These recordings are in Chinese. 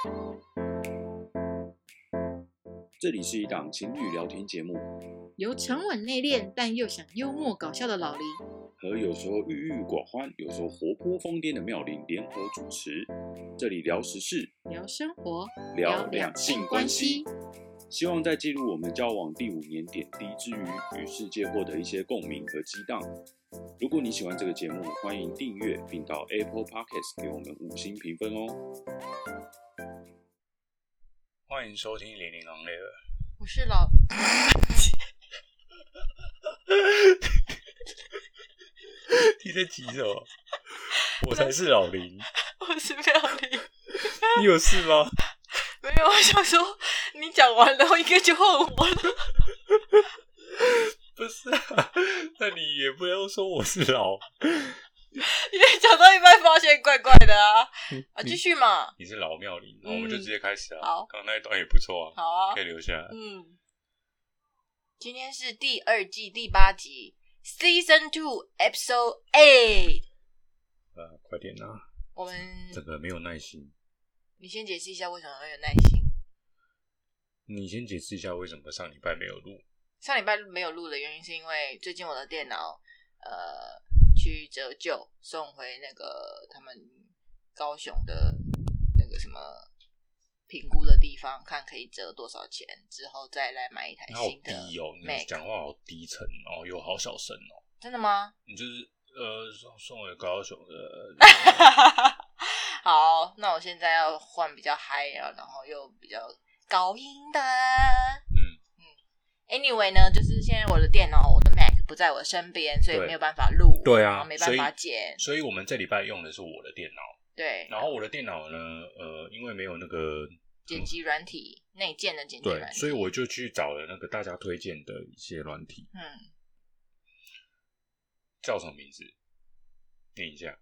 这里是一档情侣聊天节目， 由沉稳内敛但又想幽默搞笑的老林和有时候郁郁寡欢、有时候活泼疯癫的妙龄联合主持。这里聊时事， 聊生活， 聊两性关系，希望在记录我们交往第5年点滴之余，与世界获得一些共鸣和激荡。如果你喜欢这个节目，欢迎订阅，并到 Apple Podcast 给我们5星评分哦。欢迎收听《零零昂雷尔》， 我是老你在急什么？我才是老林， 我是妙玲。 你有事吗？ 没有，我想说你讲完了，应该就换我了。 不是啊，那你也不要说我是老， 因为讲到一半发现怪怪的啊。继续嘛。 你是老妙龄，我们就直接开始啊。 好， 刚刚那一段也不错啊。 好啊， 可以留下来。 今天是第2季第8集 Season 2 Episode 8。 快点啊！ 我们整个没有耐心。 你先解释一下为什么没有耐心。 你先解释一下为什么上礼拜没有录。 上礼拜没有录的原因是因为最近我的电脑去折旧，送回那个他们高雄的那个什么评估的地方，看可以折多少钱，之后再来买一台新的 Mac。 好低哦，你讲话好低沉哦，又好小声哦。 真的吗？ 你就是送回高雄的。 好，那我现在要换比较嗨啊，然后又比较高音的。Anyway 呢，就是现在我的电脑，我的 Mac 不在我身边，所以没有办法录， 对啊， 然后没办法剪， 所以我们这礼拜用的是我的电脑， 对， 然后我的电脑呢，因为没有那个剪辑软体，内建的剪辑软体， 对，所以我就去找了那个大家推荐的一些软体，叫什么名字？念一下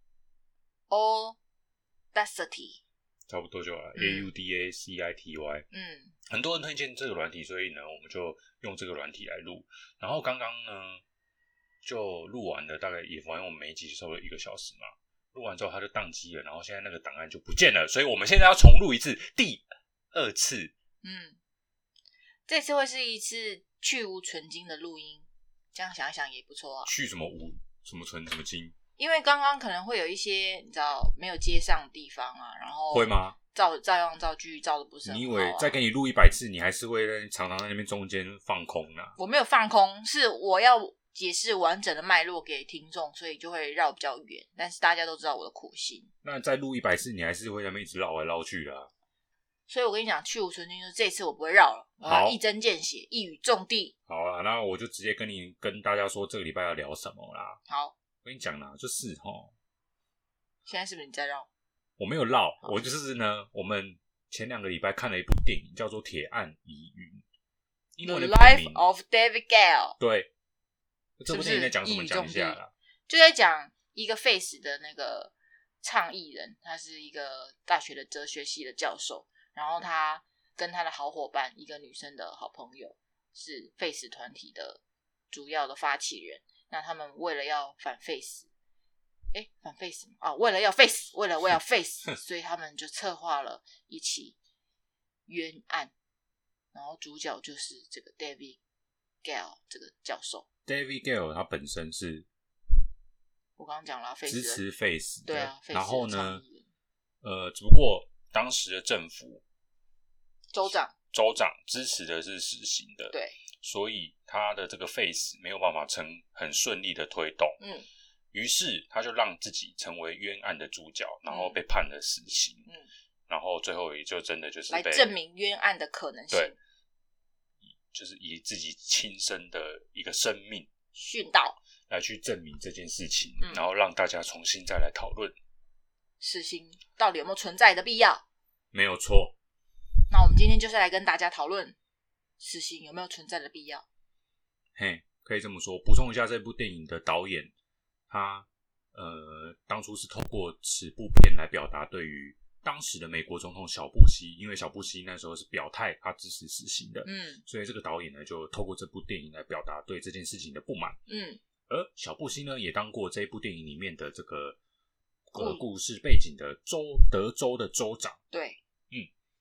Audacity， 差不多就好了，Audacity。很多人推荐这个软体，所以呢，我们就用这个软体来录。然后刚刚呢，就录完了，大概也反正我们每一集就差不多1个小时嘛。录完之后它就宕机了，然后现在那个档案就不见了，所以我们现在要重录一次，第2次。 这次会是一次去无存菁的录音，这样想一想也不错啊。 去什么无什么存什么菁？ 因为刚刚可能会有一些你知道没有接上的地方啊，然后会吗？ 照样造句照的不是很好啊。 你以为再给你录100次，你还是会常常在那边中间放空啊？ 我没有放空，是我要解释完整的脉络给听众，所以就会绕比较远。但是大家都知道我的苦心。 那再录100次，你还是会在那边一直绕来绕去的啊。 所以我跟你讲，去无存菁，就是这次我不会绕了，我要一针见血，一语中的。 好啦，那我就直接跟大家说这个礼拜要聊什么啦。 好， 我跟你讲啦，就是现在是不是你在绕？ 我没有绕，我就是呢，我们前2个礼拜看了一部电影，叫做《铁案疑云》，英文的片名 The Life of David Gale。 对，这部电影在讲什么？讲一下啦。 就在讲一个 Face 的那个倡议人，他是一个大学的哲学系的教授，然后他跟他的好伙伴，一个女生的好朋友，是 Face 团体的主要的发起人。那他们为了要反 Face。反 face 为了要 face， 为了我要 face， 所以他们就策划了一起冤案，然后主角就是这个 David Gale 这个教授。 David Gale 他本身是， 我刚刚讲了支持 face， 对啊， 然后呢，只不过当时的政府州长支持的是死刑的， 对， 所以他的这个 face 没有办法很顺利的推动，于是他就让自己成为冤案的主角，然后被判了死刑，然后最后也就真的就是来证明冤案的可能性， 对，就是以自己亲身的一个生命殉道来去证明这件事情，然后让大家重新再来讨论死刑到底有没有存在的必要。 没有错。 那我们今天就是来跟大家讨论死刑有没有存在的必要。 可以这么说。补充一下，这部电影的导演他当初是透过此部片来表达对于当时的美国总统小布希，因为小布希那时候是表态他支持死刑的，所以这个导演呢就透过这部电影来表达对这件事情的不满。而小布希呢也当过这部电影里面的这个故事背景的德州的州长。 对，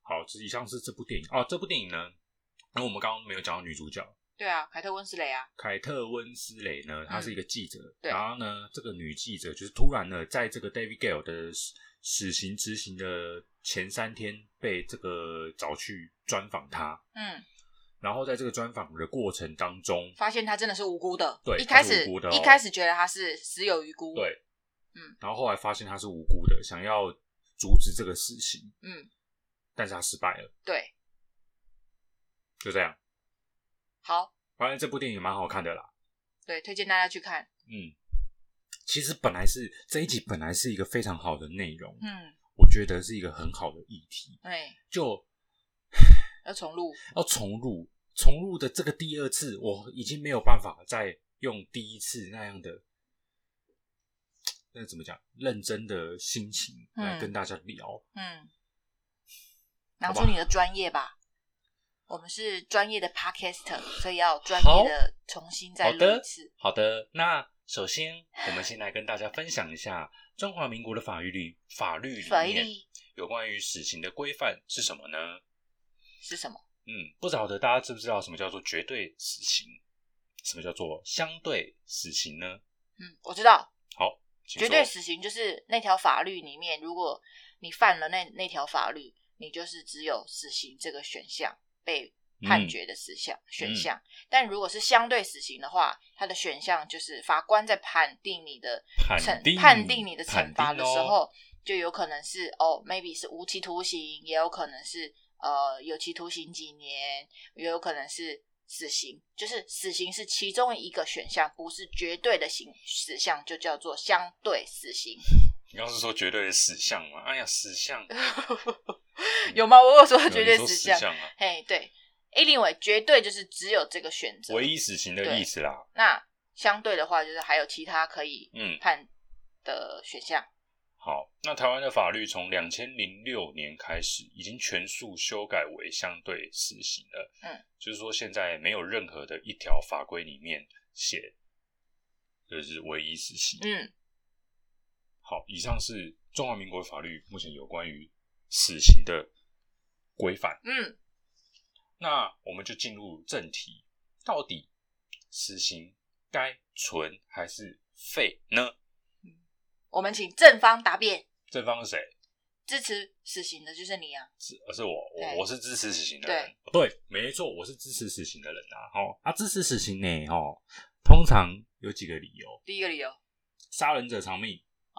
好，以上是这部电影哦。这部电影呢，因为我们刚刚没有讲到女主角。 对啊，凯特温斯雷啊。 凯特温斯雷呢，她是一个记者， 然后呢，这个女记者就是突然呢，在这个 David Gale 的死刑执行的前3天，被这个找去专访他。然后在这个专访的过程当中， 发现他真的是无辜的。 对， 一开始觉得他是死有余辜。 对，然后后来发现他是无辜的，想要阻止这个死刑。但是他失败了。对，就这样。 好， 反正这部电影蛮好看的啦。 对，推荐大家去看。 其实这一集本来是一个非常好的内容。我觉得是一个很好的议题。就要重录。 重录的这个第2次，我已经没有办法再用第1次那样的那怎么讲认真的心情来跟大家聊。拿出你的专业吧。我们是专业的 podcaster， 所以要专业的重新再录一次。 好的，那首先我们先来跟大家分享一下中华民国的法律里面有关于死刑的规范是什么呢？ 是什么？ 不晓得大家知不知道什么叫做绝对死刑，什么叫做相对死刑呢？ 我知道。 好， 绝对死刑就是那条法律里面，如果你犯了那条法律，你就是只有死刑这个选项被判决的选项。但如果是相对死刑的话，它的选项就是法官在判定你的惩罚的时候，就有可能是maybe 是无期徒刑，也有可能是有期徒刑几年，也有可能是死刑。就是死刑是其中一个选项，不是绝对的死项，就叫做相对死刑。 你刚是说绝对的死项吗？哎呀，死项有吗？我有说绝对死项啊。 对。anyway， 绝对就是只有这个选择， 唯一死刑的意思啦。 那相对的话，就是还有其他可以判的选项。 好，那台湾的法律从2006年开始，已经全数修改为相对死刑了。就是说现在没有任何的一条法规里面写就是唯一死刑。好，以上是中华民国法律目前有关于死刑的规范。那我们就进入正题，到底死刑该存还是废呢？ 我们请正方答辩。 正方是谁？ 支持死刑的就是你啊。 是我是支持死刑的人。对，没错，我是支持死刑的人啊。支持死刑呢，通常有几个理由。 第一个理由， 杀人者偿命。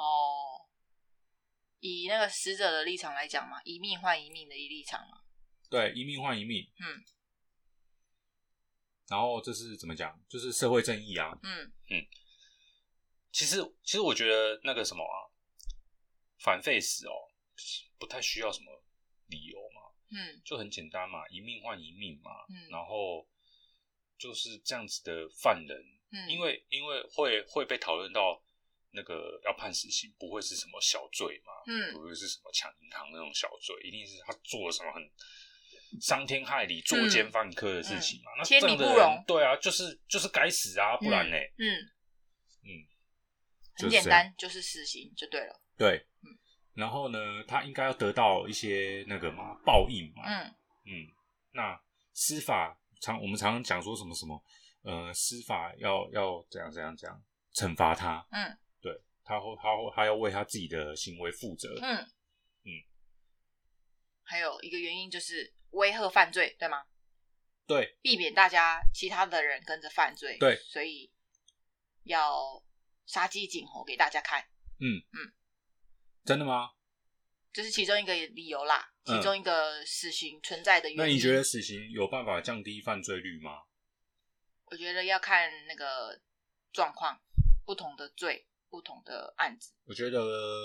以那个死者的立场来讲嘛，一命换一命的立场嘛。 对，一命换一命。然后这是怎么讲？就是社会正义啊。其实我觉得那个什么反废死不太需要什么理由嘛。就很简单嘛，一命换一命嘛。然后就是这样子的犯人，因为会被讨论到那个要判死刑，不会是什么小罪嘛。不会是什么抢银行那种小罪，一定是他做了什么很伤天害理、作奸犯科的事情嘛。那天理不容。 对啊，就是该死啊，不然呢？ 很简单，就是死刑就对了。 对。然后呢，他应该要得到一些那个嘛报应嘛。那司法我们常常讲说什么什么司法要怎样惩罚他。对，他要为他自己的行为负责。 还有一个原因就是威吓犯罪，对吗？ 对， 避免其他的人跟着犯罪。 对， 所以要杀鸡儆猴给大家看。 真的吗？ 这是其中一个理由啦，其中一个死刑存在的原因。 那你觉得死刑有办法降低犯罪率吗？ 我觉得要看那个状况，不同的罪，不同的案子。 我觉得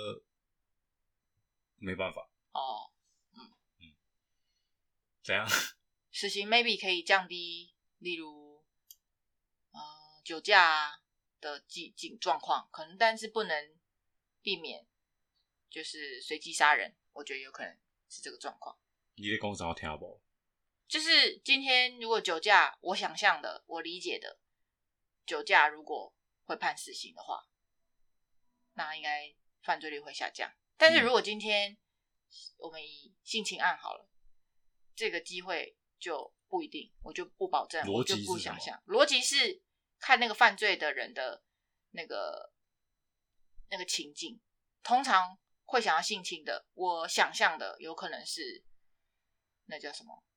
没办法。怎样？ 死刑 maybe 可以降低，例如酒驾的状况，可能，但是不能避免就是随机杀人，我觉得有可能是这个状况。 你在讲什么听不？ 就是今天如果酒驾，我想象的，我理解的，酒驾如果会判死刑的话，那应该犯罪率会下降。但是如果今天我们以性侵案好了， 这个机会就不一定，我就不保证， 逻辑我就不想象。逻辑是看那个犯罪的人的那个情境，通常会想要性侵的，我想象的有可能是那叫什么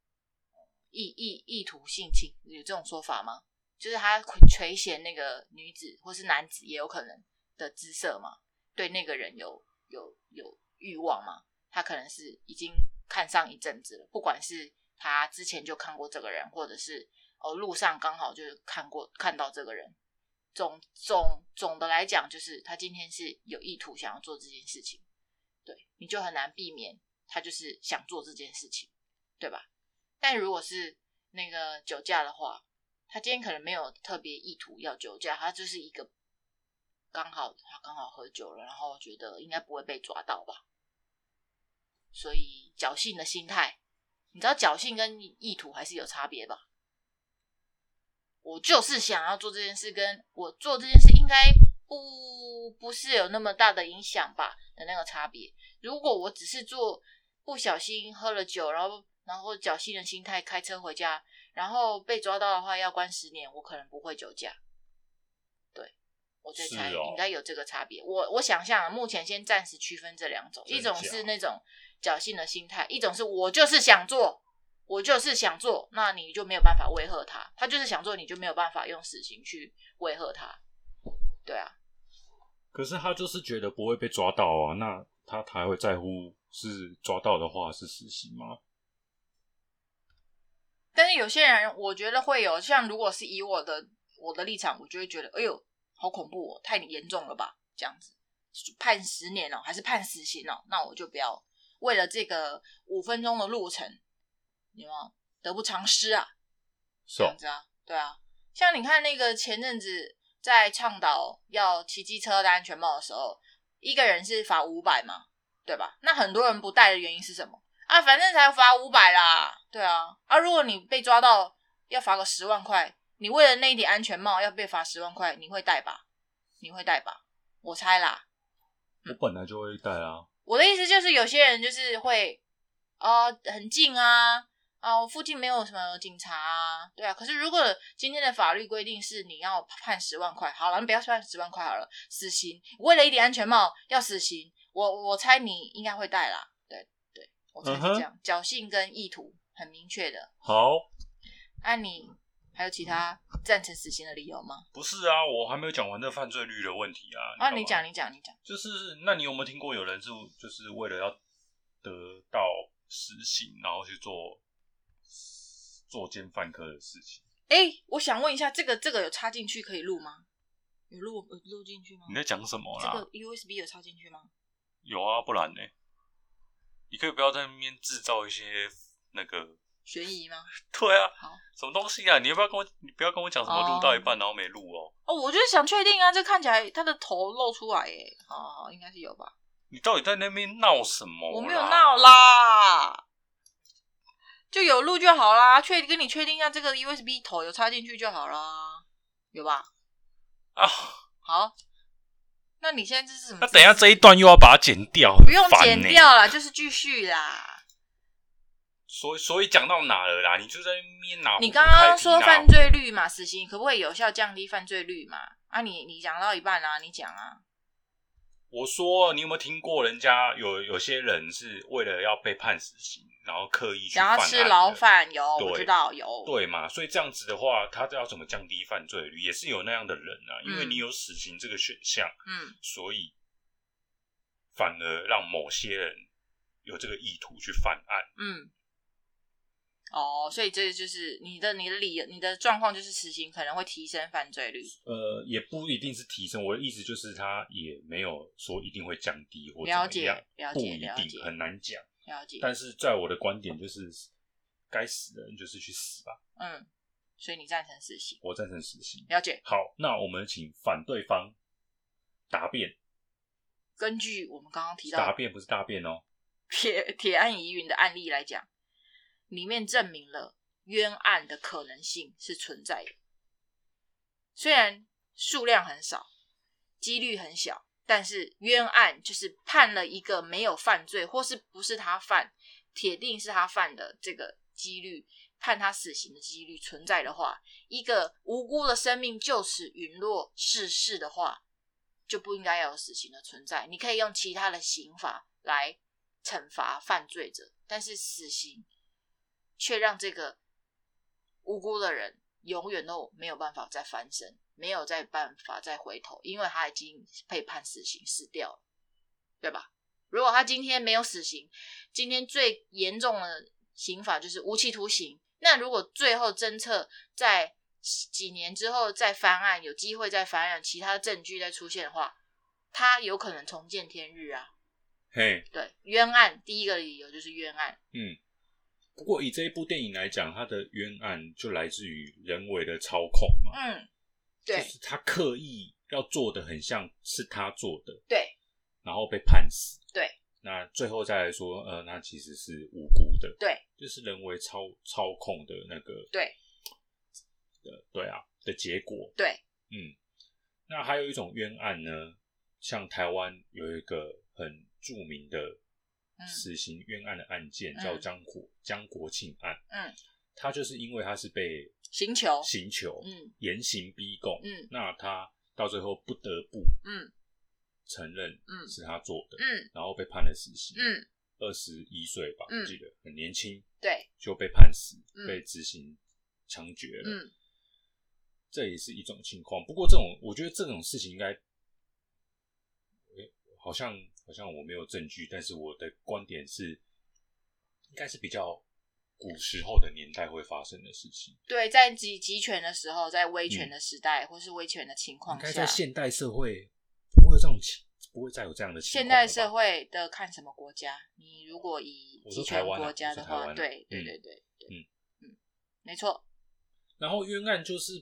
意图性侵，有这种说法吗？就是他垂涎那个女子或是男子也有可能的姿色嘛，对那个人有欲望嘛，他可能是已经看上一阵子了，不管是他之前就看过这个人，或者是路上刚好就是看到这个人，总的来讲，就是他今天是有意图想要做这件事情，对，你就很难避免他就是想做这件事情，对吧？但如果是那个酒驾的话，他今天可能没有特别意图要酒驾，他就是一个他刚好喝酒了，然后觉得应该不会被抓到吧，所以侥幸的心态，你知道侥幸跟意图还是有差别吧？我就是想要做这件事，跟我做这件事应该不是有那么大的影响吧的那个差别。如果我只是不小心喝了酒，然后侥幸的心态开车回家，然后被抓到的话要关10年，我可能不会酒驾。对，我在猜应该有这个差别。我想象目前先暂时区分这两种，一种是那种侥幸的心态，一种是我就是想做，那你就没有办法威吓他，他就是想做，你就没有办法用死刑去威吓他。对啊， 可是他就是觉得不会被抓到啊，那他还会在乎是抓到的话是死刑吗？ 但是有些人我觉得会有，像如果是以我的立场，我就会觉得哎呦好恐怖哦，太严重了吧，这样子判10年哦，还是判死刑哦，那我就不要为了这个5分钟的路程，有没有得不偿失啊？这样子啊，对啊，像你看那个前阵子在倡导要骑机车戴安全帽的时候，一个人是罚500嘛，对吧？那很多人不戴的原因是什么啊？反正才罚500啦，对啊。如果你被抓到要罚个10万块，你为了那一顶安全帽要被罚10万块，你会戴吧？我猜啦。 我本来就会戴啊。 我的意思就是有些人就是会很近啊，我附近没有什么警察啊，对啊。可是如果今天的法律规定是你要判10万块，好了，你不要判10万块好了，死刑，为了一顶安全帽要死刑，我猜你应该会戴啦，对，我猜是这样，侥幸跟意图很明确的。 好， 你还有其他赞成死刑的理由吗？ 不是啊，我还没有讲完这犯罪率的问题啊。 你讲。 就是那你有没有听过有人就是为了要得到实刑，然后去作奸犯科的事情？ 我想问一下，这个有插进去可以录吗？有录进去吗？ 你在讲什么啦？ 这个 USB 有插进去吗？ 有啊，不然呢？你可以不要在那边制造一些那个悬疑吗？ 对啊， 好， 什么东西啊？你不要跟我讲什么录到一半然后没录哦。 我就是想确定啊，这看起来他的头露出来耶。好，应该是有吧？ 你到底在那边闹什么？ 我没有闹啦，就有录就好啦。跟你确定一下，这个 USB 头有插进去就好啦，有吧？ 啊， 好，那你现在这是什么？ 那等一下这一段又要把它剪掉， 不用剪掉啦，就是继续啦。 所以讲到哪了啦？你就在那边哪？ 你刚刚说犯罪率嘛，死刑可不可以有效降低犯罪率嘛？你讲到一半啊，你讲啊。 我说你有没有听过人家有些人是为了要被判死刑，然后刻意去想要吃牢饭？我知道有。 对嘛？所以这样子的话，他要怎么降低犯罪率？也是有那样的人啊，因为你有死刑这个选项，所以反而让某些人有这个意图去犯案。 所以这就是你的理由，你的状况就是死刑可能会提升犯罪率。 也不一定是提升，我的意思就是他也没有说一定会降低或怎么样，不一定，很难讲。 了解。 但是在我的观点就是，该死的人就是去死吧。 所以你赞成死刑？ 我赞成死刑。 了解。 好，那我们请反对方答辩。 根据我们刚刚提到答辩不是大便哦， 铁案疑云的案例来讲，里面证明了冤案的可能性是存在的。虽然数量很少，几率很小，但是冤案就是判了一个没有犯罪或是不是他犯， 铁定是他犯的这个几率，判他死刑的几率存在的话，一个无辜的生命就此陨落逝世的话，就不应该要有死刑的存在。你可以用其他的刑法来惩罚犯罪者，但是死刑却让这个无辜的人永远都没有办法再翻身，没有再办法再回头，因为他已经被判死刑死掉了，对吧？如果他今天没有死刑，今天最严重的刑法就是无期徒刑，那如果最后侦测在几年之后再翻案，有机会再翻案，其他证据再出现的话，他有可能重见天日啊。 嘿， 对，冤案第一个理由就是冤案。 不过以这一部电影来讲，它的冤案就来自于人为的操控嘛。 对， 就是他刻意要做的很像是他做的， 对， 然后被判死。 对， 那最后再来说，那其实是无辜的。 对， 就是人为操控的那个， 对， 对啊的结果。 对， 那还有一种冤案呢，像台湾有一个很著名的死刑冤案的案件，叫江国庆案。他就是因为他是被刑求，严刑逼供，那他到最后不得不承认是他做的，然后被判了死刑，21岁吧，我记得很年轻， 对， 就被判死，被执行枪决了。这也是一种情况。不过我觉得这种事情应该，好像我没有证据，但是我的观点是，应该是比较古时候的年代会发生的事情。 对，在集权的时候，在威权的时代，或是威权的情况下， 应该在现代社会不会再有这样的情况。 现代社会的看什么国家？你如果以集权国家的话，对，没错。 然后冤案就是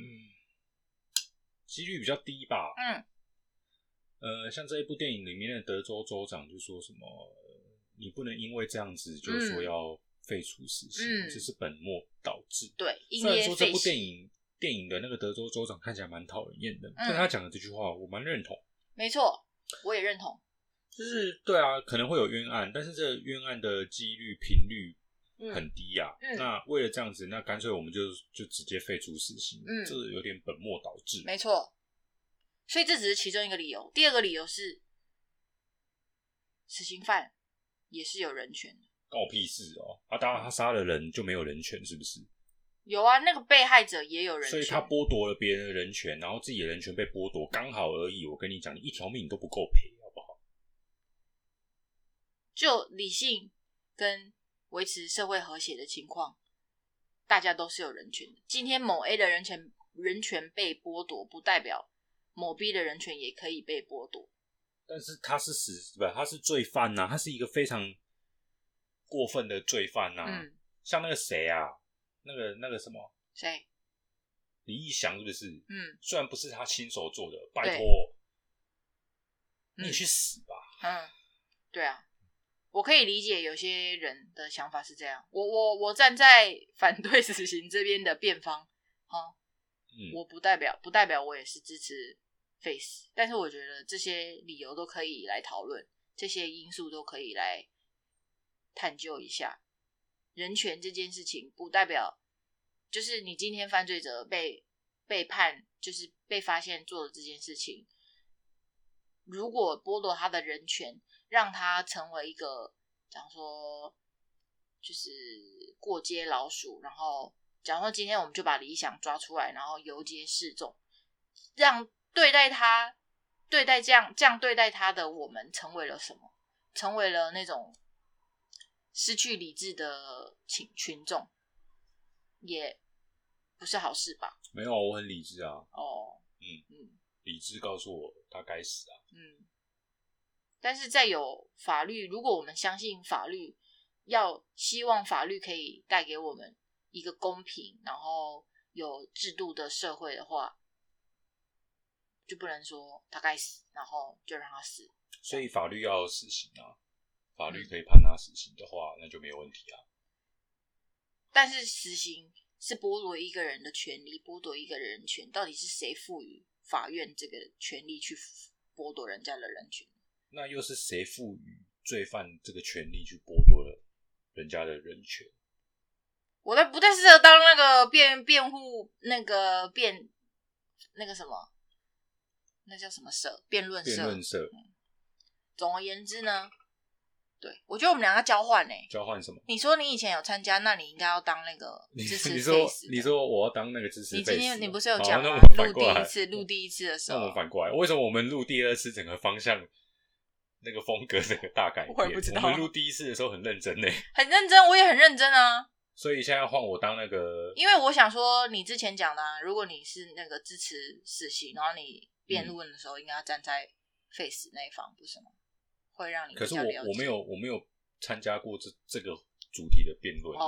几率比较低吧。像这一部电影里面的德州州长就说什么，你不能因为这样子就说要废除死刑，这是本末倒置。 对， 虽然说这部电影的那个德州州长看起来蛮讨人厌的，但他讲的这句话我蛮认同。 没错，我也认同。 就是对啊，可能会有冤案，但是这冤案的几率频率很低啊。那为了这样子，那干脆我们就直接废除死刑，这有点本末倒置。 没错，所以这只是其中一个理由。第二个理由是，死刑犯也是有人权的。 关我屁事哦！当然他杀了人就没有人权，是不是？ 有啊，那个被害者也有人权， 所以他剥夺了别人的人权，然后自己的人权被剥夺，刚好而已。我跟你讲，你一条命都不够赔，好不好？ 就理性跟维持社会和谐的情况，大家都是有人权的。今天某 A 的人权被剥夺，不代表某 B 的人权也可以被剥夺。 但是他是他是罪犯啊，他是一个非常过分的罪犯啊。像那个谁啊，那个什么谁， 李义祥是不是？虽然不是他亲手做的，拜托，你去死吧。 对啊，我可以理解有些人的想法是这样。我站在反对死刑这边的辩方，我不代表我也是支持废死，但是我觉得这些理由都可以来讨论，这些因素都可以来探究一下。人权这件事情不代表就是你今天犯罪者被判，就是被发现做了这件事情，如果剥夺他的人权，让他成为一个讲说就是过街老鼠，然后讲说今天我们就把理想抓出来，然后游街示众，让对待这样对待他的我们成为了什么？成为了那种失去理智的群众，也不是好事吧？ 没有，我很理智啊。理智告诉我他该死啊。 但是在有法律，如果我们相信法律，希望法律可以带给我们一个公平，然后有制度的社会的话，就不能说他该死，然后就让他死。 所以法律要死刑啊，法律可以判他死刑的话，那就没有问题啊。 但是死刑是剥夺一个人的权利，剥夺一个人权，到底是谁赋予法院这个权利去剥夺人家的人权？ 那又是谁赋予罪犯这个权利去剥夺了人家的人权。 我不太适合当那个辩护那个那个什么，那叫什么社？辩论社。总而言之呢，对，我觉得我们两个交换交换什么？ 你说你以前有参加，那你应该要当那个支持 face。你说我要当那个支持 face。 你今天你不是有讲吗？录第一次的时候， 那我们反过来，为什么我们录第二次整个方向那个风格整个大改变？ 我也不知道。 我们录第一次的时候很认真很认真，我也很认真啊。 所以现在换我当那个， 因为我想说，你之前讲的如果你是那个支持死刑，然后你辩论的时候应该要站在 face 那一方，不是吗？会让你比较了解。 可是我没有参加过这个主题的辩论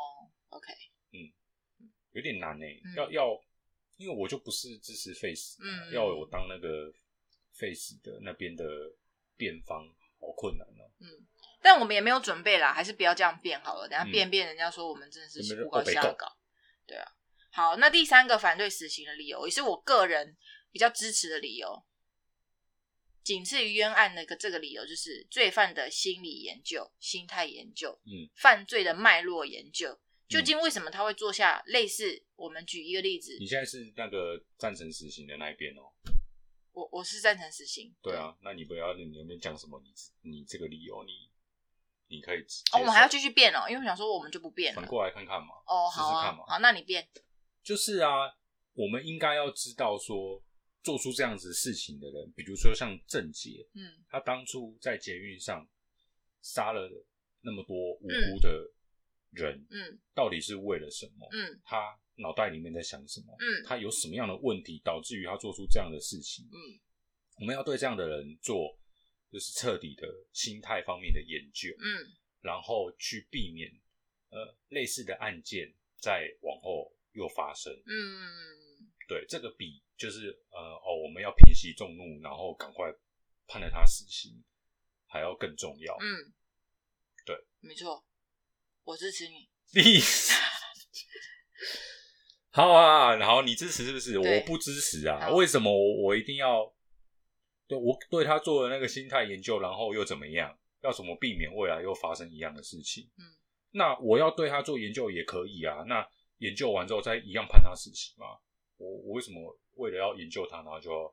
OK， 有点难要，因为我就不是支持 face，要我当那个 face 的那边的辩方，好困难但我们也没有准备啦，还是不要这样辩好了。等一下辩人家说我们真的是胡搞瞎搞。对啊，好，那第三个反对死刑的理由，也是我个人比较支持的理由，仅次于冤案的这个理由，就是罪犯的心理研究、心态研究，犯罪的脉络研究，究竟为什么他会做下类似？我们举一个例子， 你现在是那个赞成死刑的那一边我是赞成死刑。 对啊，那你不要你那边讲什么？你这个理由你可以我们还要继续辩因为我想说我们就不辩了， 反过来看看嘛。 好试试看嘛。 好，那你辩。 就是我们应该要知道说，做出这样子事情的人，比如说像郑捷，他当初在捷运上杀了那么多无辜的人，到底是为了什么？他脑袋里面在想什么？他有什么样的问题导致于他做出这样的事情？我们要对这样的人做就是彻底的心态方面的研究，然后去避免类似的案件再往后又发生。对，这个比就是我们要平息众怒，然后赶快判了他死刑还要更重要。对， 没错，我支持你。 好啊，好，你支持是不是？我不支持啊！为什么我一定要？对，我对他做了那个心态研究，然后又怎么样？要怎么避免未来又发生一样的事情？那我要对他做研究也可以啊。那研究完之后再一样判他死刑吗？我为什么为了要研究他，然后就要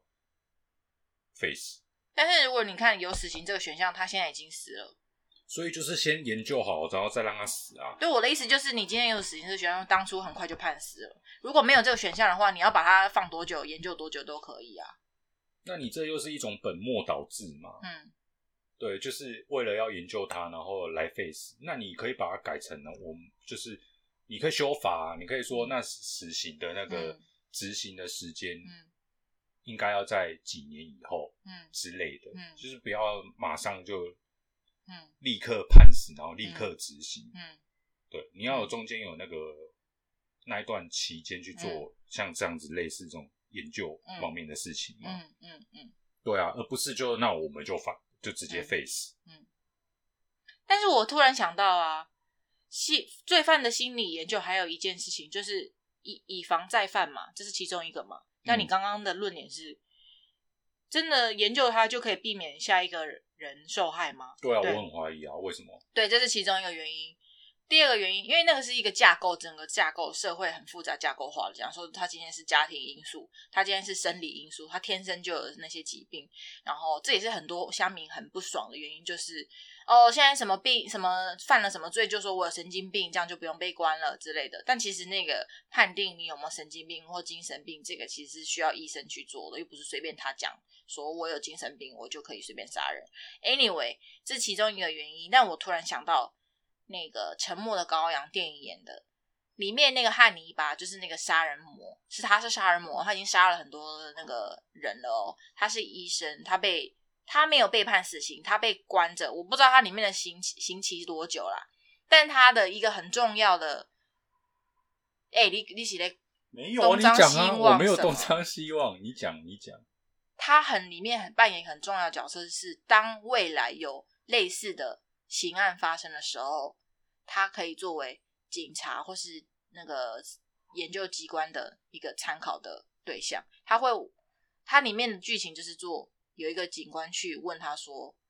face？ 但是如果你看有死刑这个选项，他现在已经死了， 所以就是先研究好，然后再让他死啊。 对，我的意思就是你今天有死刑这个选项，当初很快就判死了。如果没有这个选项的话，你要把它放多久，研究多久都可以啊。 那你这又是一种本末倒置嘛？对，就是为了要研究它，然后来 face。那你可以把它改成呢，我们就是你可以修法你可以说那死刑的那个执行的时间，应该要在几年以后，之类的，就是不要马上就，立刻判死，然后立刻执行，对，你要有中间有那一段期间去做像这样子类似这种研究方面的事情嘛，对啊，而不是就那我们就直接 face。 但是我突然想到罪犯的心理研究还有一件事情，就是以防再犯嘛，这是其中一个嘛。那你刚刚的论点是，真的研究它就可以避免下一个人受害吗？ 对啊，我很怀疑啊，为什么？ 对，这是其中一个原因。第二个原因，因为那个是一个架构，整个架构社会很复杂架构化的，讲说他今天是家庭因素，他今天是生理因素，他天生就有那些疾病，然后这也是很多乡民很不爽的原因，就是现在什么病什么犯了什么罪就说我有神经病，这样就不用被关了之类的。但其实那个判定你有没有神经病或精神病，这个其实是需要医生去做的，又不是随便他讲说我有精神病我就可以随便杀人。Anyway， 这其中一个原因。但我突然想到那个沉默的羔羊电影演的里面那个汉尼拔，就是那个杀人魔，他是杀人魔，他已经杀了很多的那个人了他是医生，他没有被判死刑，他被关着，我不知道他里面的刑期多久啦。但他的一个很重要的，你是在没有你讲啊，我没有东张西望，你讲。 他里面扮演很重要的角色是，当未来有类似的刑案发生的时候，他可以作为警察或是那个研究机关的一个参考的对象。他里面的剧情就是有一个警官去问他说，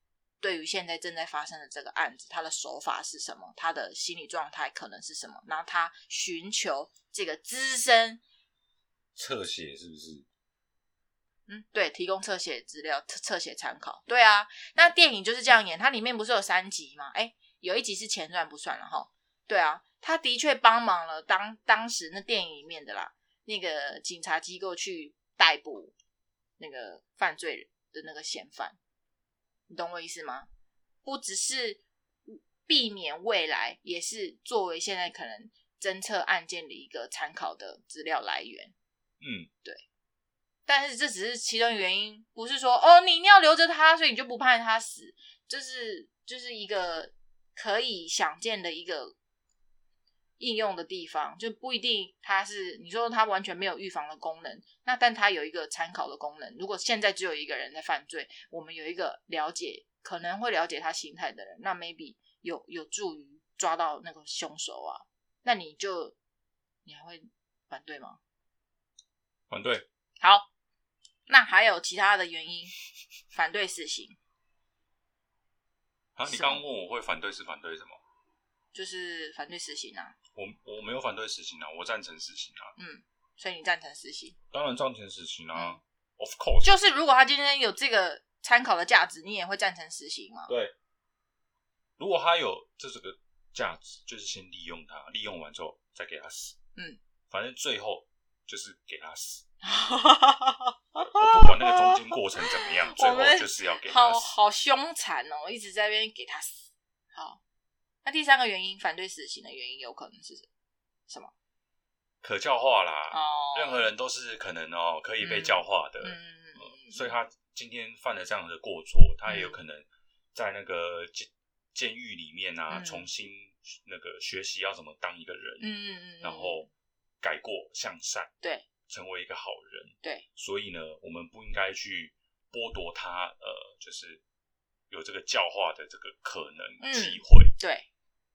对于现在正在发生的这个案子，他的手法是什么，他的心理状态可能是什么，然后他寻求这个资深侧写是不是？ 对，提供侧写资料、侧写参考。对啊，那电影就是这样演，它里面不是有3集吗？有1集是前传不算了齁。对啊，他的确帮忙了当时那电影里面的啦，那个警察机构去逮捕那个犯罪的那个嫌犯。你懂我意思吗？不只是避免未来，也是作为现在可能侦测案件的一个参考的资料来源。对。但是这只是其中的原因，不是说你一定要留着他，所以你就不怕他死。就是一个可以想见的一个应用的地方，就不一定它是你说它完全没有预防的功能，那但它有一个参考的功能。如果现在只有一个人在犯罪，我们有一个了解可能会了解他心态的人，那 maybe 有助于抓到那个凶手啊。那你还会反对吗？ 反对。 好，那还有其他的原因反对死刑？ 你刚刚问我会反对是反对什么？ 就是反对死刑啊。 我没有反对死刑啊，我赞成死刑啊。 所以你赞成死刑？当然赞成死刑啊。Of course。 就是如果他今天有这个参考的价值，你也会赞成死刑吗？ 对。如果他有这个价值，就是先利用他，利用完之后再给他死。反正最后就是给他死。我不管那个中间过程怎么样，最后就是要给他死。 好凶残哦！一直在那边给他死。好。那第3个原因，反对死刑的原因有可能是什么？ 可教化啦。任何人都是可能可以被教化的。所以他今天犯了这样的过错，他也有可能在那个监狱里面啊，重新那个学习要怎么当一个人。然后改过向善。对。成为一个好人。对。所以呢，我们不应该去剥夺他就是有这个教化的这个可能机会。 对。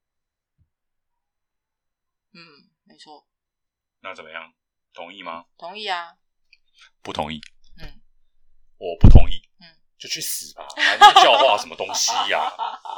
没错。 那怎么样？同意吗？ 同意啊。 不同意。我不同意。就去死吧！还是教化什么东西呀？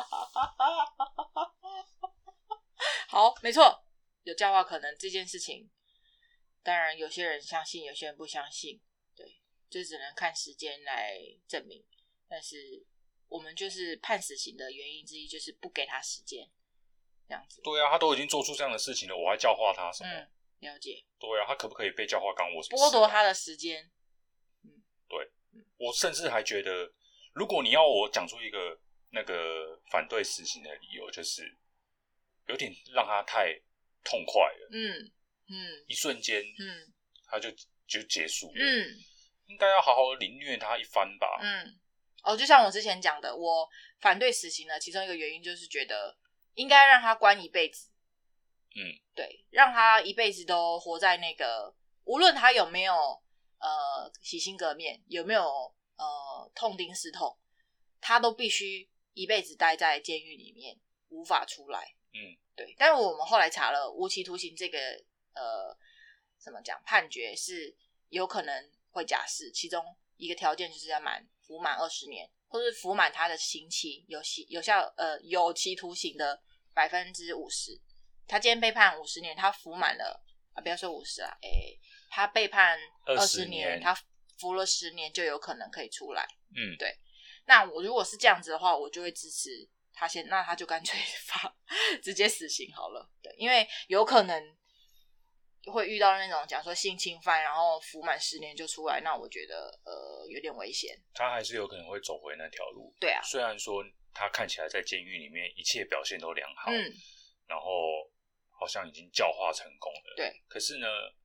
好，没错，有教化可能这件事情，当然有些人相信，有些人不相信。对，这只能看时间来证明。但是我们就是判死刑的原因之一，就是不给他时间。这样子。对啊，他都已经做出这样的事情了，我还教化他什么？ 了解。 对啊，他可不可以被教化干我什么事？剥夺他的时间。 对。我甚至还觉得，如果你要我讲出一个那个反对死刑的理由，就是有点让他太痛快了。一瞬间，他就结束了。应该要好好凌虐他一番吧。 就像我之前讲的，我反对死刑的其中一个原因就是觉得应该让他关一辈子。对，让他一辈子都活在那个，无论他有没有洗心革面，有没有痛定思痛，他都必须一辈子待在监狱里面，无法出来。对。但是我们后来查了无期徒刑这个怎么讲判决是有可能会假释，其中一个条件就是要服满20年，或是服满他的刑期有期徒刑的50%。他今天被判50年，他服满了不要说50啦，他被判20年，他服了10年就有可能可以出来。对。那我如果是这样子的话，我就会支持他那他就干脆直接死刑好了。对，因为有可能会遇到那种讲说性侵犯，然后服满10年就出来，那我觉得有点危险。 他还是有可能会走回那条路。 对啊。 虽然说他看起来在监狱里面一切表现都良好。然后好像已经教化成功了。 对。 可是呢，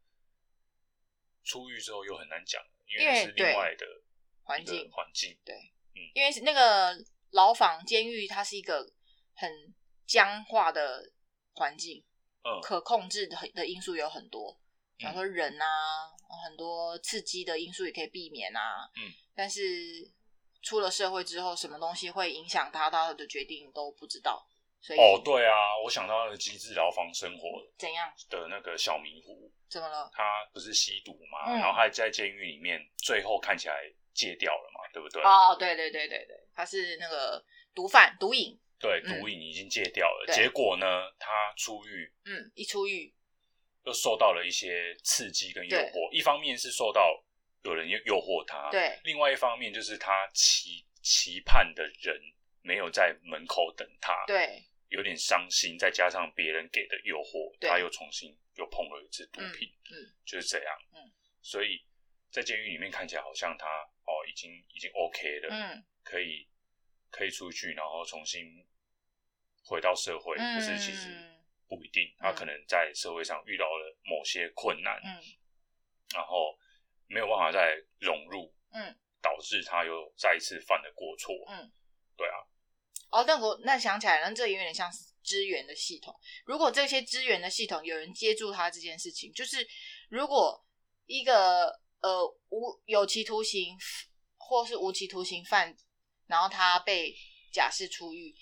出狱之后又很难讲，因为是另外的环境。 对。因为那个牢房监狱它是一个很僵化的环境。可控制的因素有很多，比方说人啊，很多刺激的因素也可以避免啊。但是出了社会之后，什么东西会影响他的决定都不知道。所以对啊，我想到那个机智牢房生活怎样的那个小迷糊。 怎么了？ 他不是吸毒嘛，然后他在监狱里面最后看起来戒掉了嘛，对不对？ 对，他是那个毒瘾， 对，毒瘾已经戒掉了，结果呢，他出狱， 一出狱又受到了一些刺激跟诱惑，一方面是受到有人诱惑他， 对， 另外一方面就是他期盼的人没有在门口等他， 对， 有点伤心，再加上别人给的诱惑，他又重新又碰了一次毒品，就是这样，所以在监狱里面看起来好像他已经 OK 了，可以出去，然后重新回到社会，可是其实不一定，他可能在社会上遇到了某些困难，然后没有办法再融入，导致他又再一次犯了过错，对啊。 那想起来了，这有点像支援的系统。如果这些支援的系统有人接住他这件事情，就是如果一个有期徒刑或是无期徒刑犯，然后他被假释出狱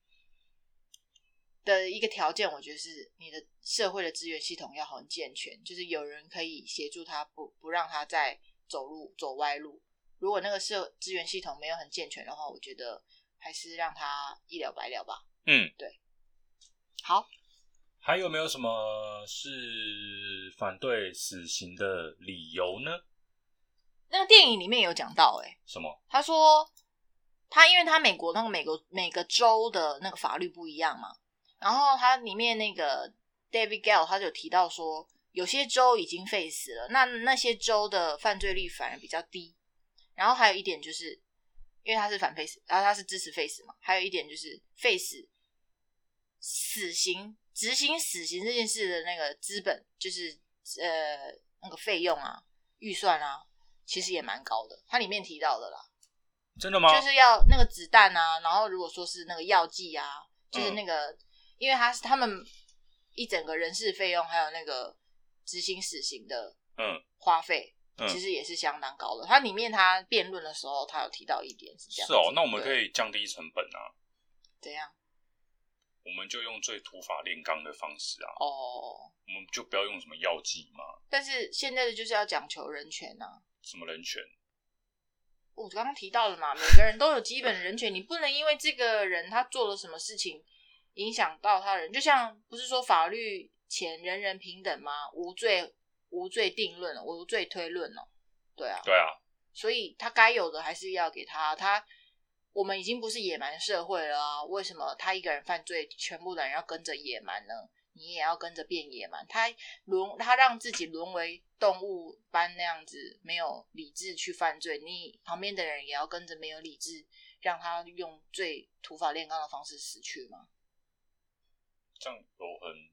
的一个条件，我觉得是你的社会的资源系统要很健全，就是有人可以协助他，不让他再走歪路。如果那个资源系统没有很健全的话，我觉得还是让他一了百了吧。对。好， 还有没有什么是反对死刑的理由呢？ 那个电影里面有讲到， 什么？ 他说因为他美国每个州的那个法律不一样嘛，然后他里面那个 David Gale 他就有提到说，有些州已经废死了，那些州的犯罪率反而比较低。然后还有一点就是，因为他是反废死，然后他是支持废死嘛，还有一点就是废死执行死刑这件事的那个资本，就是那个费用啊、预算啊，其实也蛮高的。它里面提到的啦。 真的吗？ 就是要那个子弹啊，然后如果说是那个药剂啊，就是那个，因为他们一整个人事费用，还有那个执行死刑的花费。其实也是相当高的。它里面他辩论的时候，他有提到一点是这样。 是那我们可以降低成本啊。 怎样？ 我们就用最土法炼钢的方式啊。我们就不要用什么药剂嘛。 但是现在的就是要讲求人权啊。 什么人权？ 我刚刚提到了嘛，每个人都有基本人权，你不能因为这个人他做了什么事情影响到他人。就像不是说法律前人人平等吗？无罪定论，无罪推论哦。对啊，所以他该有的还是要给他。我们已经不是野蛮社会了啊，为什么他一个人犯罪，全部的人要跟着野蛮呢？你也要跟着变野蛮。他让自己沦为动物般那样子，没有理智去犯罪，你旁边的人也要跟着没有理智，让他用最土法炼钢的方式死去吗？ 这样有很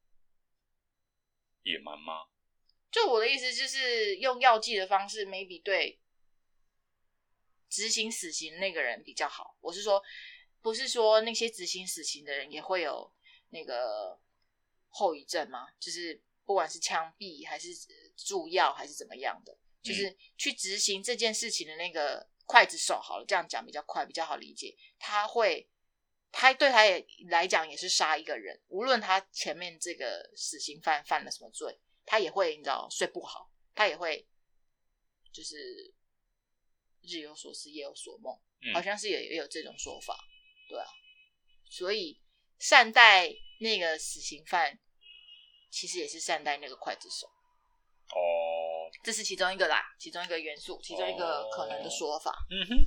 野蛮吗？ 就我的意思就是用药剂的方式 maybe 对执行死刑那个人比较好。我是说不是说那些执行死刑的人也会有那个后遗症吗？就是不管是枪毙还是注药还是怎么样的，就是去执行这件事情的那个刽子手，好了，这样讲比较快比较好理解。他对他来讲也是杀一个人，无论他前面这个死刑犯了什么罪，他也会你知道睡不好，他也会就是日有所思夜有所梦，好像是也有这种说法。对啊，所以善待那个死刑犯其实也是善待那个刽子手。这是其中一个啦，其中一个元素，其中一个可能的说法。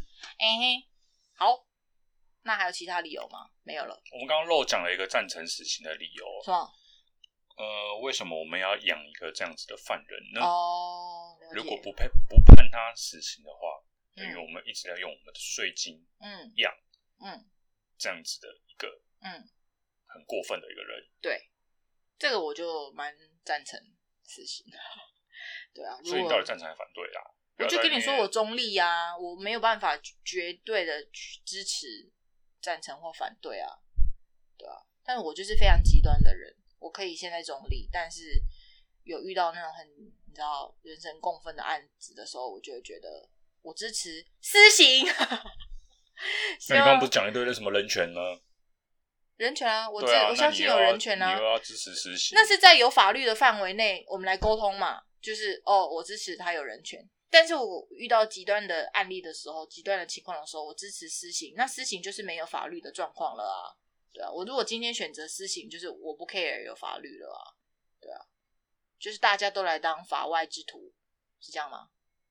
好，那还有其他理由吗？没有了。 我们刚刚漏讲了一个赞成死刑的理由。 什么？ 为什么我们要养一个这样子的犯人呢？如果不判他死刑的话，等于我们一直在用我们的税金养这样子的一个很过分的一个人。 对，这个我就蛮赞成死刑的。对啊， 所以你到底赞成还是反对啦？ 我就跟你说我中立啊，我没有办法绝对的支持赞成或反对啊。对啊，但是我就是非常极端的人，我可以现在中立，但是有遇到那种很你知道人神共愤的案子的时候，我就会觉得我支持私刑。 那你刚刚不是讲一堆的什么人权呢？ 人权啊，我相信有人权啊。 你又要支持私刑？ 那是在有法律的范围内，我们来沟通嘛。就是我支持他有人权， 但是我遇到极端的案例的时候，极端的情况的时候，我支持私刑，那私刑就是没有法律的状况了啊，对啊，我如果今天选择私刑，就是我不 care 有法律了啊，对啊，就是大家都来当法外之徒，是这样吗？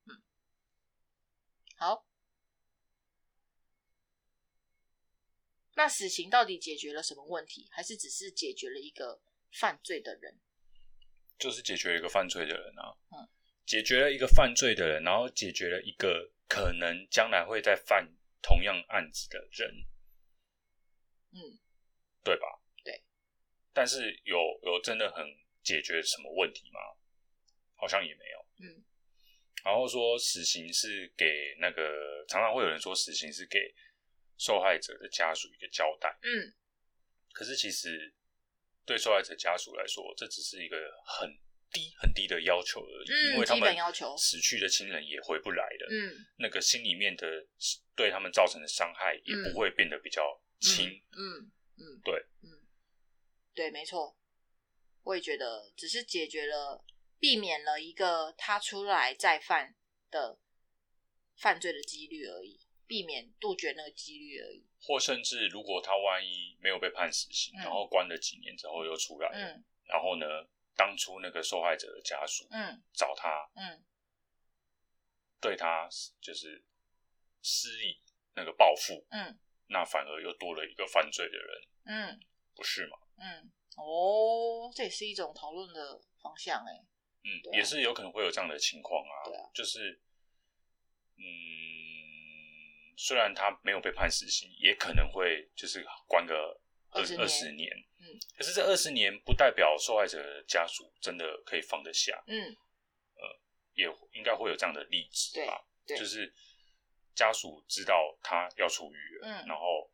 好，那死刑到底解决了什么问题？还是只是解决了一个犯罪的人？ 就是解决了一个犯罪的人啊，解决了一个犯罪的人，然后解决了一个可能将来会再犯同样案子的人，对吧？ 对。但是有真的很解决什么问题吗？好像也没有。然后说死刑是给那个，常常会有人说死刑是给受害者的家属一个交代。可是其实对受害者家属来说，这只是一个很低的要求而已，因为他们死去的亲人也回不来了。那个心里面的对他们造成的伤害也不会变得比较轻。 对，没错，我也觉得只是解决了。避免了一个他出来再犯的犯罪的几率而已，避免杜绝那个几率而已。 或甚至如果他万一没有被判死刑，然后关了几年之后又出来了，然后呢，当初那个受害者的家属找他，对他就是施以那个报复，那反而又多了一个犯罪的人，不是吗？ 这也是一种讨论的方向欸。 也是有可能会有这样的情况啊，就是虽然他没有被判死刑，也可能会就是关个20年，可是这20年不代表受害者的家属真的可以放得下，也应该会有这样的例子吧，就是家属知道他要出狱了，然后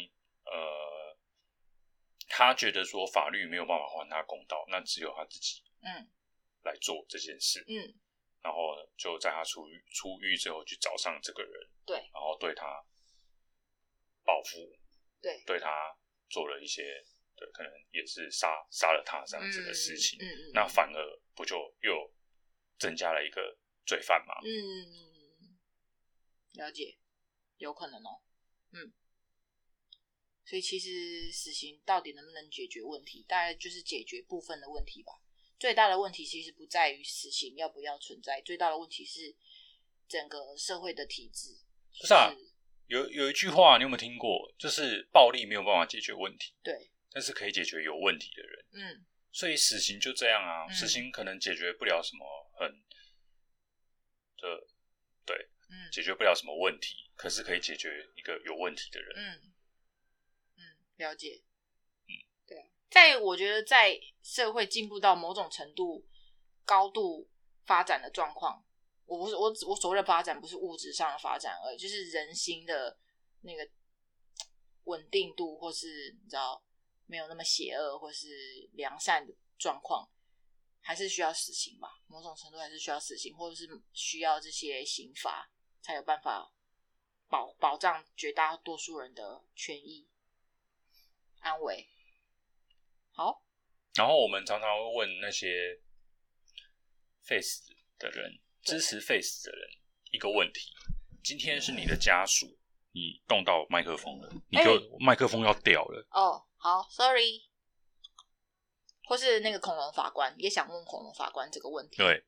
他觉得说法律没有办法还他公道，那只有他自己，来做这件事，然后就在他出狱之后去找上这个人，然后对他报复，对他做了一些，可能也是杀了他这样子的事情，那反而不就又增加了一个罪犯吗？ 了解，有可能哦，所以其实死刑到底能不能解决问题，大概就是解决部分的问题吧。最大的问题其实不在于死刑要不要存在，最大的问题是整个社会的体制。 不是啊，有一句话你有没有听过？就是暴力没有办法解决问题， 对， 但是可以解决有问题的人。所以死刑就这样啊，死刑可能解决不了什么解决不了什么问题，可是可以解决一个有问题的人。 了解。对，我觉得在社会进步到某种程度、高度发展的状况，我所谓的发展不是物质上的发展而已，就是人心的那个稳定度，或是你知道没有那么邪恶或是良善的状况，还是需要死刑吧。某种程度还是需要死刑，或者是需要这些刑罚，才有办法保障绝大多数人的权益安危。好， 然后我们常常会问那些 face 的人，支持 face 的人一个问题：今天是你的家属，你动到麦克风了，你就麦克风要掉了。 好 ，sorry。或是那个恐龙法官也想问恐龙法官这个问题。 对，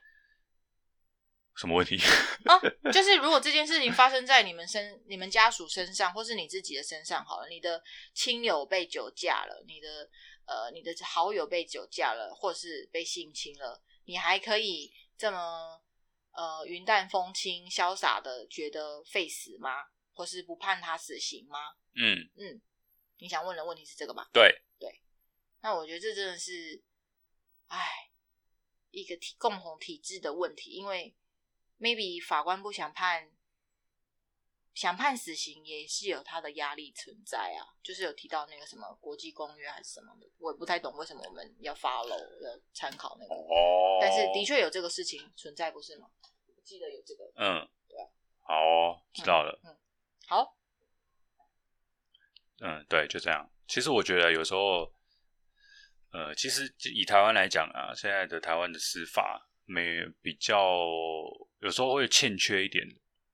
什么问题？ 就是如果这件事情发生在你们家属身上，或是你自己的身上好了，你的亲友被酒驾了，你的好友被酒驾了，或是被性侵了，你还可以这么云淡风轻、潇洒的觉得废死吗？或是不判他死刑吗？你想问的问题是这个吧？ 对。 那我觉得这真的是，一个共同体制的问题，因为 maybe 法官不想判死刑，也是有他的压力存在啊。就是有提到那个什么国际公约还是什么的，我也不太懂为什么我们要 follow 要参考那个。但是的确有这个事情存在，不是吗？我记得有这个。对啊。 好知道了。 好。 对，就这样。其实我觉得有时候。其实以台湾来讲啊，现在的台湾的司法比较有时候会欠缺一点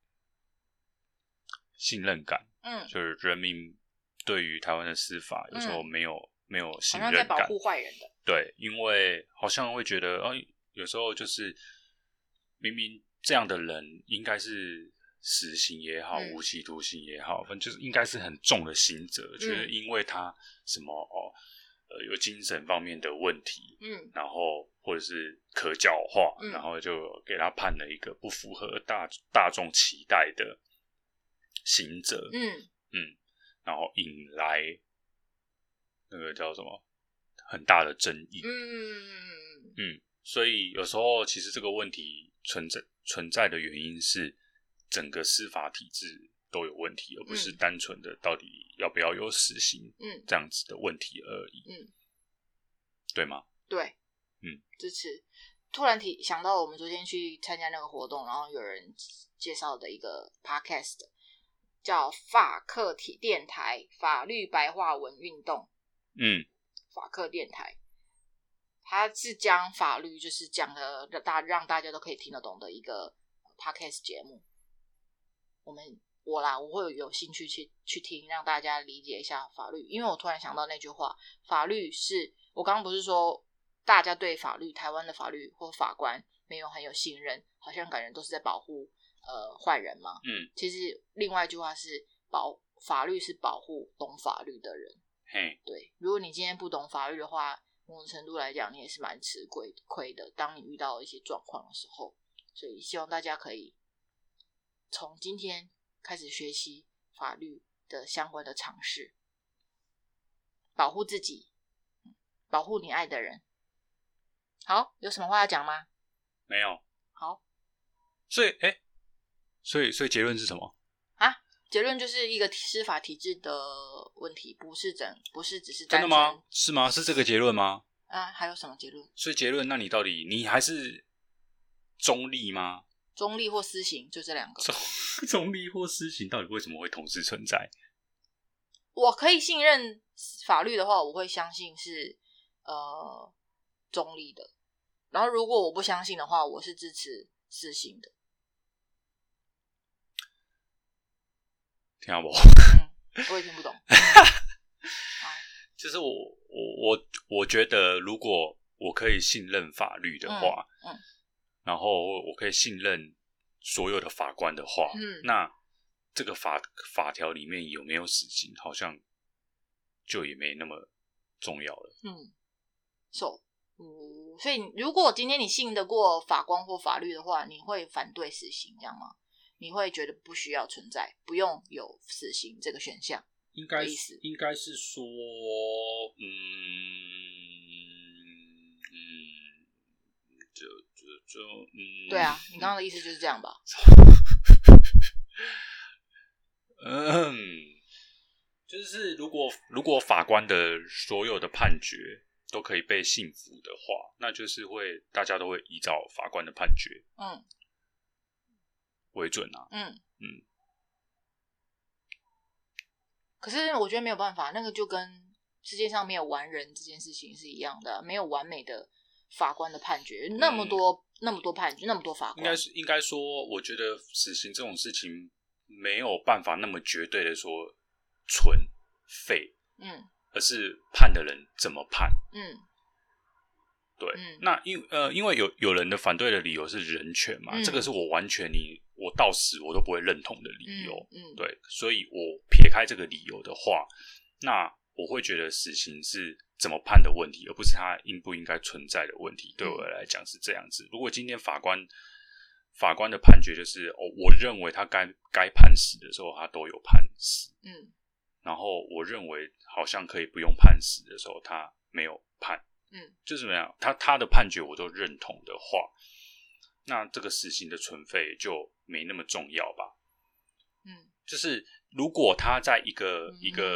信任感，就是人民对于台湾的司法有时候没有信任感， 好像在保护坏人的。 对，因为好像会觉得有时候就是明明这样的人应该是死刑也好，无期徒刑也好，反正就是应该是很重的刑责，就是因为他什么有精神方面的问题，然后或者是可教化，然后就给他判了一个不符合大众期待的刑责，然后引来那个叫什么很大的争议，所以有时候其实这个问题存在的原因是整个司法体制都有问题，而不是单纯的到底要不要有死刑这样子的问题而已，对吗？ 对，支持。突然想到我们昨天去参加那个活动，然后有人介绍的一个 podcast 叫法克电台法律白话文运动，法克电台，它是将法律就是讲的让大家都可以听得懂的一个 podcast 节目。我会有兴趣去听，让大家理解一下法律。因为我突然想到那句话，法律是我刚刚不是说大家对法律台湾的法律或法官没有很有信任，好像感觉都是在保护坏人嘛。其实另外一句话是法律是保护懂法律的人。对，如果你今天不懂法律的话，某种程度来讲你也是蛮吃亏的，当你遇到一些状况的时候。所以希望大家可以从今天开始学习法律的相关的常识，保护自己，保护你爱的人。好，有什么话要讲吗？ 没有。 好， 所以结论是什么啊？结论就是一个司法体制的问题，不是只是单纯。 真的吗？是吗？是这个结论吗？ 还有什么结论？ 所以结论，那你到底你还是中立吗？ 中立或私刑，就这两个。 中立或私刑到底为什么会同时存在？ 我可以信任法律的话，我会相信是中立的。然后如果我不相信的话，我是支持私刑的。 听到不？ 我也听不懂。 就是我觉得，如果我可以信任法律的话，然后我可以信任所有的法官的话，那这个法条里面有没有死刑，好像就也没那么重要了。 所以如果今天你信得过法官或法律的话，你会反对死刑，这样吗？你会觉得不需要存在，不用有死刑这个选项？应该是说， 对啊，你刚刚的意思就是这样吧？ 就是如果法官的所有的判决都可以被信服的话，那就是大家都会依照法官的判决，为准啊。 可是我觉得没有办法，那个就跟世界上没有完人这件事情是一样的，没有完美的法官的判决，那么多判决，那么多法官。 应该说，我觉得死刑这种事情没有办法那么绝对的说纯废，而是判的人怎么判，对，那因为有人的反对的理由是人权嘛，这个是我完全我到死我都不会认同的理由，对，所以我撇开这个理由的话，那我会觉得死刑是怎么判的问题，而不是它应不应该存在的问题。对我来讲是这样子。如果今天法官的判决就是我认为他该判死的时候，他都有判死，然后我认为好像可以不用判死的时候，他没有判，就是怎么样，他的判决我都认同的话，那这个死刑的存废就没那么重要吧？就是如果他在一个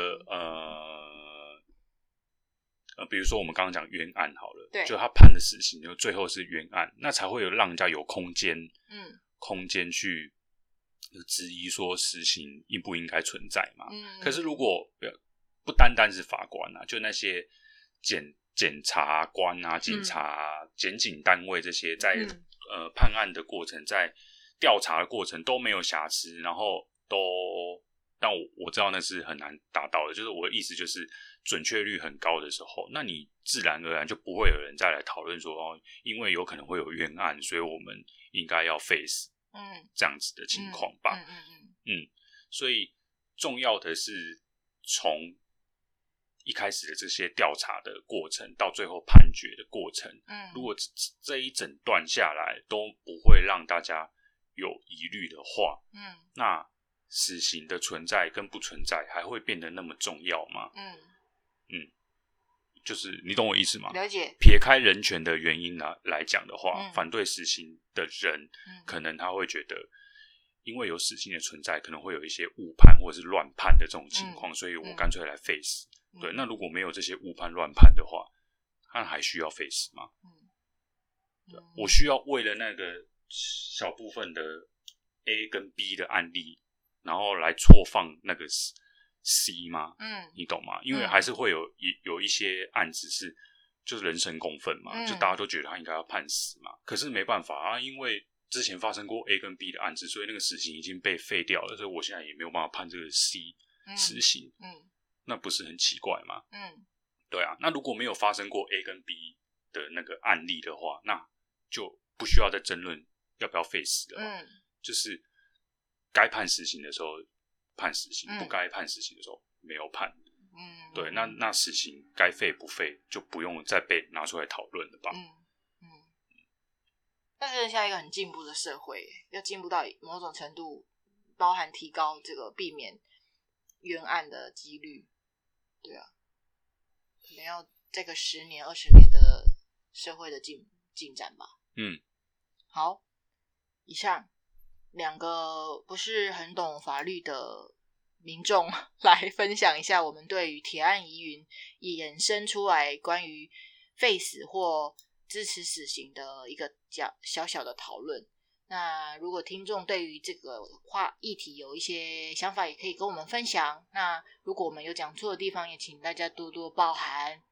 比如说我们刚刚讲冤案好了，就他判的死刑就最后是冤案，那才会有让人家有空间去质疑说死刑应不应该存在嘛。可是如果不单单是法官啊，就那些检察官啊、检警单位这些在判案的过程，在调查的过程都没有瑕疵，然后但我知道那是很难达到的，就是我的意思就是准确率很高的时候，那你自然而然就不会有人再来讨论说因为有可能会有冤案，所以我们应该要 face 这样子的情况吧。所以重要的是从一开始的这些调查的过程到最后判决的过程，如果这一整段下来都不会让大家有疑虑的话，那死刑的存在跟不存在还会变得那么重要吗？就是你懂我意思吗？ 了解。 撇开人权的原因来讲的话，反对死刑的人，可能他会觉得，因为有死刑的存在，可能会有一些误判或者是乱判的这种情况，所以我干脆来废死。对，那如果没有这些误判乱判的话，他还需要废死吗？我需要为了那个小部分的 A 跟 B 的案例，然后来错放那个 C 吗？你懂吗？因为还是会有一些案子是就是人神共愤嘛，就大家都觉得他应该要判死嘛，可是没办法啊，因为之前发生过 A 跟 B 的案子，所以那个死刑已经被废掉了，所以我现在也没有办法判这个 C 死刑。那不是很奇怪吗？对啊，那如果没有发生过 A 跟 B 的那个案例的话，那就不需要再争论要不要废死了。就是该判死刑的时候判死刑，不该判死刑的时候没有判。对，那死刑该废不废就不用再被拿出来讨论了吧？ 但是现在一个很进步的社会，要进步到某种程度，包含提高这个避免冤案的几率。对啊，可能要这个10年、20年的社会的进展吧。好，以上2个不是很懂法律的民众来分享一下我们对于铁案疑云衍生出来关于废死或支持死刑的一个小小的讨论。那如果听众对于这个议题有一些想法，也可以跟我们分享。那如果我们有讲错的地方，也请大家多多包涵。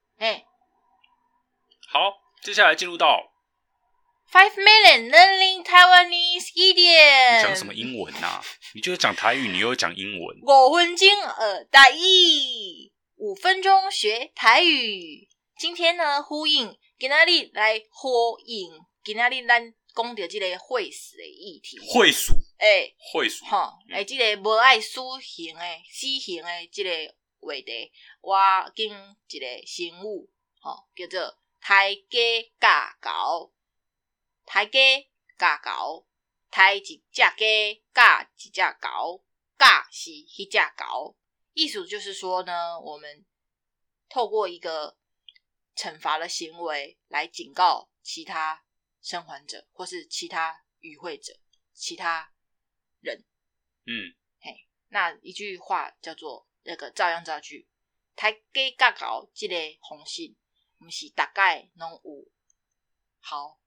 好，接下来进入到 5 million learning Taiwanese idiom。 你讲什么英文啊？你就是讲台语，你又讲英文。 5分钟台语，5分钟学台语。今天呢，呼应今仔日来呼应今仔日咱讲到这个会死的议题。 会死，会死， 这个无爱死刑的这个话题，我经一个成语，叫做抬价架高。抬价架高，抬一只鸡，架一只狗，架是一只狗。意思就是说呢，我们透过一个惩罚的行为来警告其他生还者或是其他与会者、其他人。那一句话叫做那个照样造句，抬价架高这个方式，不是大概拢有好。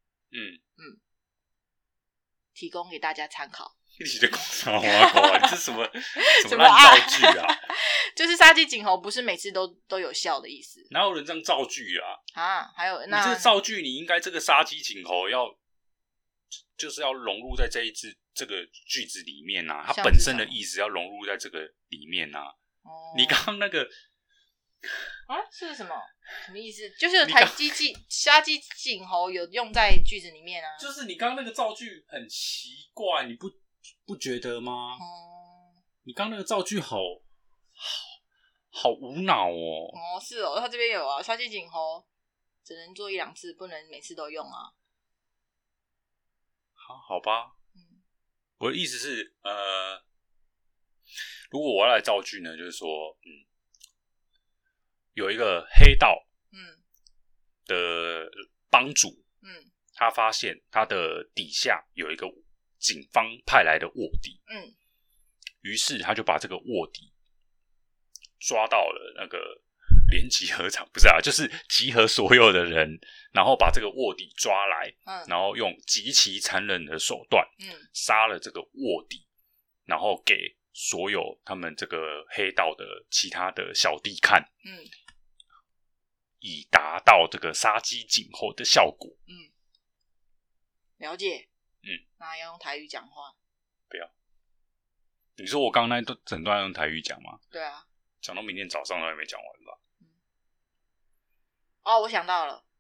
提供给大家参考。 你在讲啥话？你这什么烂造句啊？ 就是杀鸡儆猴，不是每次都有效的意思。 哪有人这样造句啊？ 还有你这个造句，你应该这个杀鸡儆猴就是要融入在这个句子里面啊，它本身的意思要融入在这个里面啊。你刚刚那个是什么意思？就是杀鸡儆猴有用在句子里面啊。 就是你刚刚那个造句很奇怪，你不觉得吗？你刚刚那个造句好无脑哦。 是哦，他这边有啊，杀鸡儆猴只能做1-2次，不能每次都用啊。 好吧。我的意思是，如果我要来造句呢，就是说，有一个黑道的帮主，他发现他的底下有一个警方派来的卧底，于是他就把这个卧底抓到了那个联集合场，不是啊，就是集合所有的人，然后把这个卧底抓来，然后用极其残忍的手段，杀了这个卧底，然后给所有他们这个黑道的其他的小弟看，以达到这个杀鸡儆猴的效果。 了解。 那要用台语讲话？ 不要。你说我刚刚那整段用台语讲吗？ 对啊， 讲到明天早上都还没讲完吧？ 我想到了。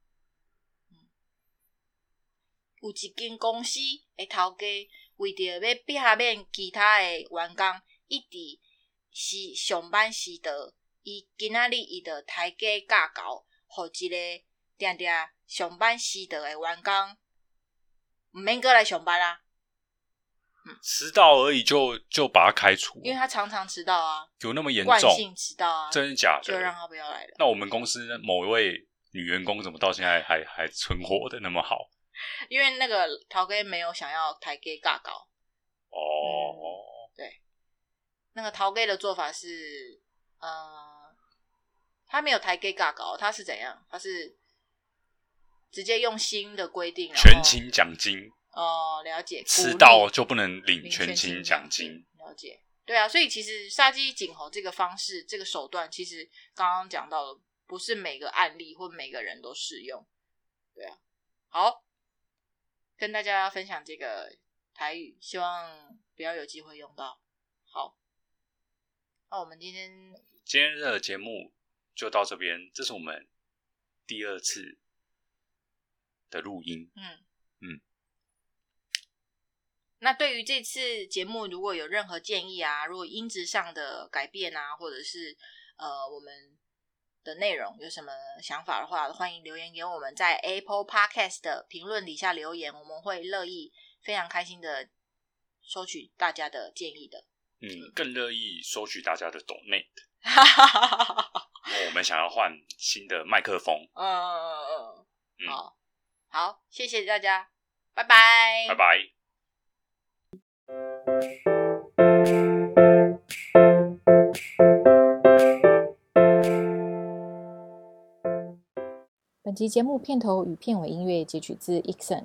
有一间公司的头家为着要避免其他的员工一直上班时到，今仔日伊就抬价价高，互一个定定上班时到的员工唔免过来上班啦。 迟到而已就把他开除， 因为他常常迟到啊， 有那么严重？ 惯性迟到啊， 真的假的？ 就让他不要来了。 那我们公司某一位女员工怎么到现在还存活的那么好？ 因为那个头家没有想要抬价价高。对，那个头家的做法是，他没有抬价价高，他是怎样？他是直接用新的规定， 全勤奖金。 了解。 迟到就不能领全勤奖金。 了解。对啊，所以其实杀鸡儆猴这个方式、这个手段，其实刚刚讲到了，不是每个案例或每个人都适用。对啊，好，跟大家分享这个台语，希望不要有机会用到。好，那我们今天的节目就到这边，这是我们第2次的录音。 那对于这次节目，如果有任何建议啊，如果音质上的改变啊，或者是我们的内容有什么想法的话，欢迎留言给我们，在 Apple Podcast 的评论底下留言，我们会乐意非常开心的收取大家的建议的。 更乐意收取大家的抖内因为我们想要换新的麦克风。 好，谢谢大家，拜拜， 拜拜。 本集节目片头与片尾音乐截取自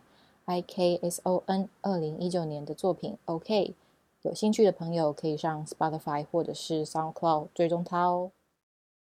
Ikson2019年的作品 OK， 有兴趣的朋友可以上 Spotify 或者是 SoundCloud 追踪他哦。